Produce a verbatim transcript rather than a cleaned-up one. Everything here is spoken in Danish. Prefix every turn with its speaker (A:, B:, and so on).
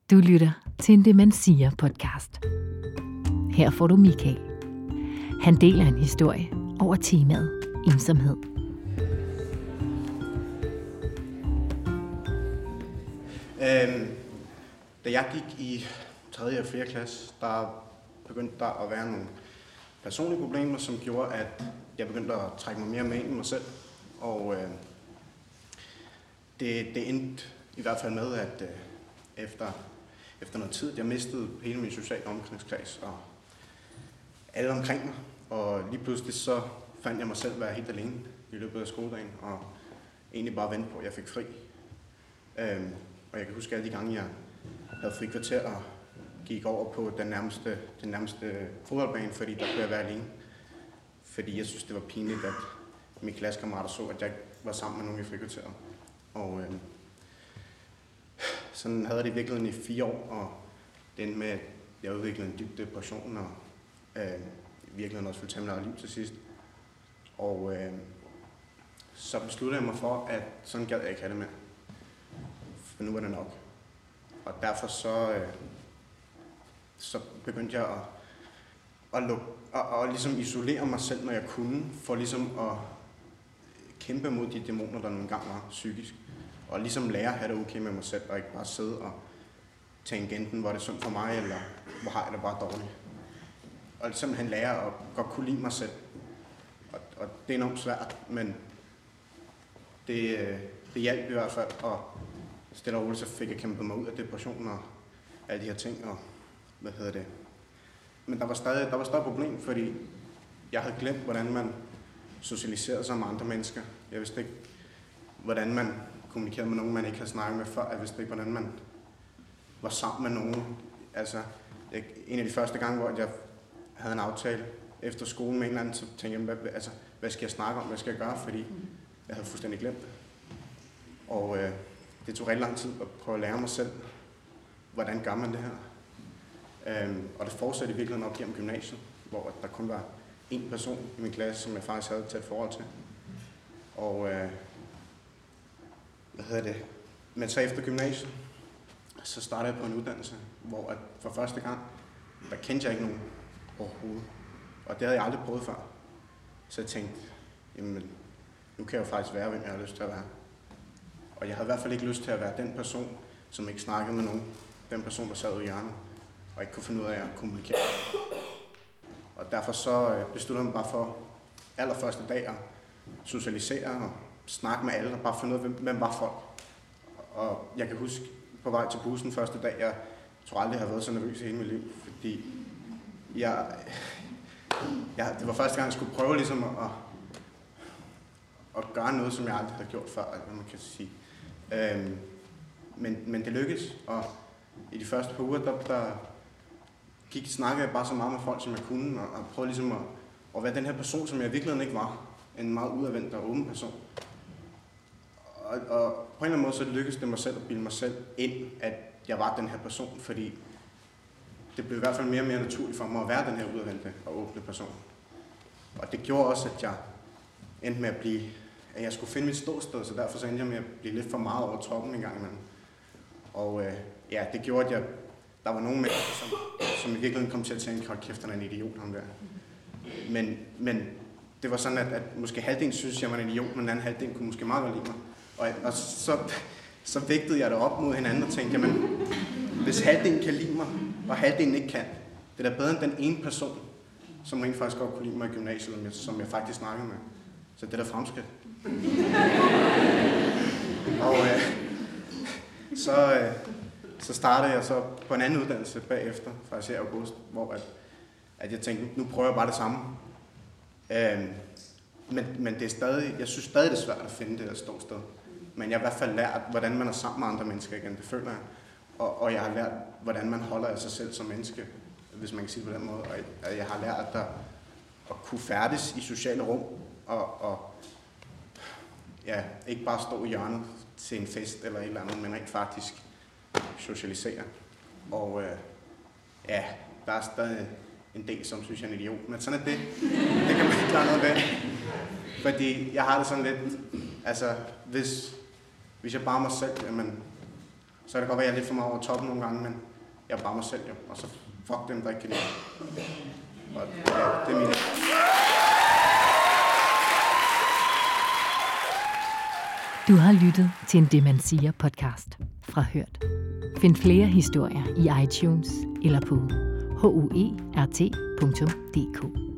A: Du lytter til en Det Man Siger podcast. Her får du Michael. Han deler en historie over temaet ensomhed.
B: Øhm, da jeg gik i tredje og fjerde klasse, der begyndte der at være nogle personlige problemer, som gjorde, at jeg begyndte at trække mig mere med ind i mig selv. Og øh, det, det endte i hvert fald med, at øh, efter, efter noget tid, jeg mistede hele min sociale omgangskreds og alle omkring mig. Og lige pludselig så fandt jeg mig selv være helt alene i løbet af skoledagen, og egentlig bare vente på, at jeg fik fri. Øhm, og jeg kan huske alle de gange, jeg havde fri kvarter og gik over på den nærmeste, den nærmeste fodboldbane, fordi der kunne jeg være alene. Fordi jeg synes, det var pinligt, at mine klassekammerater så, at jeg var sammen med nogen i frikvarteret. Og øh, sådan havde jeg det i virkeligheden i fire år, og det endte med, at jeg udviklede en dyb depression, og øh, i virkeligheden også følte temmelig liv til sidst. Og øh, så besluttede jeg mig for, at sådan gad jeg ikke have det med. For nu var det nok. Og derfor så, øh, så begyndte jeg at, at, lukke, at, at ligesom isolere mig selv, når jeg kunne, for ligesom at kæmpe mod de dæmoner, der nogle gange var psykisk. Og ligesom lære at have det okay med mig selv, og ikke bare sidde og tænke enten, hvor det sundt for mig, eller hvor har jeg det bare dårligt. Og simpelthen lære at godt kunne lide mig selv. Og, og det er enormt svært, men det, det hjalp i hvert fald. Og stille og roligt, så fik jeg kæmpet mig ud af depressionen og alle de her ting. Og hvad hedder det? Men der var stadig, der var stadig et problem, fordi jeg havde glemt, hvordan man socialiserede sig med andre mennesker. Jeg vidste ikke, hvordan man kommunikerede med nogen, man ikke havde snakket med før. Jeg vidste ikke, hvordan man var sammen med nogen. Altså, jeg, en af de første gange, hvor jeg havde en aftale efter skolen med en eller anden, så tænkte jeg, hvad, altså, hvad skal jeg snakke om, hvad skal jeg gøre, fordi jeg havde fuldstændig glemt det. Og øh, det tog rigtig lang tid at prøve at lære mig selv, hvordan gør man det her. Øhm, og det fortsatte i virkeligheden op gennem gymnasiet, hvor der kun var en person i min klasse, som jeg faktisk havde tæt forhold til. Og øh, hvad hedder det? Men så efter gymnasiet, så startede jeg på en uddannelse, hvor at for første gang, der kendte jeg ikke nogen overhovedet. Og det havde jeg aldrig prøvet før. Så jeg tænkte, jamen, nu kan jeg jo faktisk være, hvem jeg har lyst til at være. Og jeg havde i hvert fald ikke lyst til at være den person, som ikke snakkede med nogen. Den person, der sad ude i hjørnet, og ikke kunne finde ud af at kommunikere. Og derfor så besluttede jeg mig bare for allerførste dag at socialisere og snakke med alle og bare finde ud af, hvem var folk. Og jeg kan huske på vej til bussen første dag, jeg tror aldrig, jeg har været så nervøs i hele mit liv, fordi jeg, jeg, det var første gang, jeg skulle prøve ligesom at, at gøre noget, som jeg aldrig havde gjort før, hvad man kan sige. Øhm, men, men det lykkedes, og i de første par uger, der, der gik, snakkede jeg bare så meget med folk, som jeg kunne, og, og prøvede ligesom at, at være den her person, som jeg i virkeligheden ikke var. En meget udadvendt og åben person. Og, og på en eller anden måde, så lykkedes det mig selv at bilde mig selv ind, at jeg var den her person, fordi det blev i hvert fald mere og mere naturligt for mig at være den her udadvendte og åbne person. Og det gjorde også, at jeg endte med at blive, at jeg skulle finde mit ståsted, så derfor så endte jeg med at blive lidt for meget over toppen en gang imellem. Og øh, ja, det gjorde, at jeg, der var nogle mennesker, som, som i virkeligheden kom til at tænke, hold kæft, han er en idiot, ham der. Men, men det var sådan, at, at måske halvdelen synes, jeg var en idiot, men den anden halvdelen kunne måske meget godt lide mig. Og, og så, så vægtede jeg det op mod hinanden og tænkte, jamen, hvis halvdelen kan lide mig, og halvdelen ikke kan, det er da bedre end den ene person, som rent faktisk godt kunne lide mig i gymnasiet, som jeg faktisk snakkede med. Så det er da fremskridt. Og øh, så, øh, så startede jeg så på en anden uddannelse bagefter, faktisk her i august, hvor at, at jeg tænkte, nu prøver jeg bare det samme. Øh, men, men det er stadig, jeg synes stadig, det er svært at finde det der ståsted. Men jeg har i hvert fald lært, hvordan man er sammen med andre mennesker igen, det føler jeg. Og, og jeg har lært, hvordan man holder af sig selv som menneske, hvis man kan sige det på den måde. Og jeg, jeg har lært at, der, at kunne færdes i sociale rum, og, og ja, ikke bare stå i hjørnet til en fest eller et eller andet, men rent faktisk socialisere. Og øh, ja, der er stadig en del, som synes, jeg er en idiot, men sådan er det. Det kan man ikke klare noget ved. Fordi jeg har det sådan lidt, altså hvis, hvis jeg bare mig selv, jamen, Så kan det godt være, at jeg er lidt for meget over toppen nogle gange, men jeg er bare mig selv, jo. Og så fuck dem, der ikke kan lide. Og ja, det er min.
A: Du har lyttet til en Det Man Siger podcast fra Hørt. Find flere historier i iTunes eller på h u e r t punktum d k.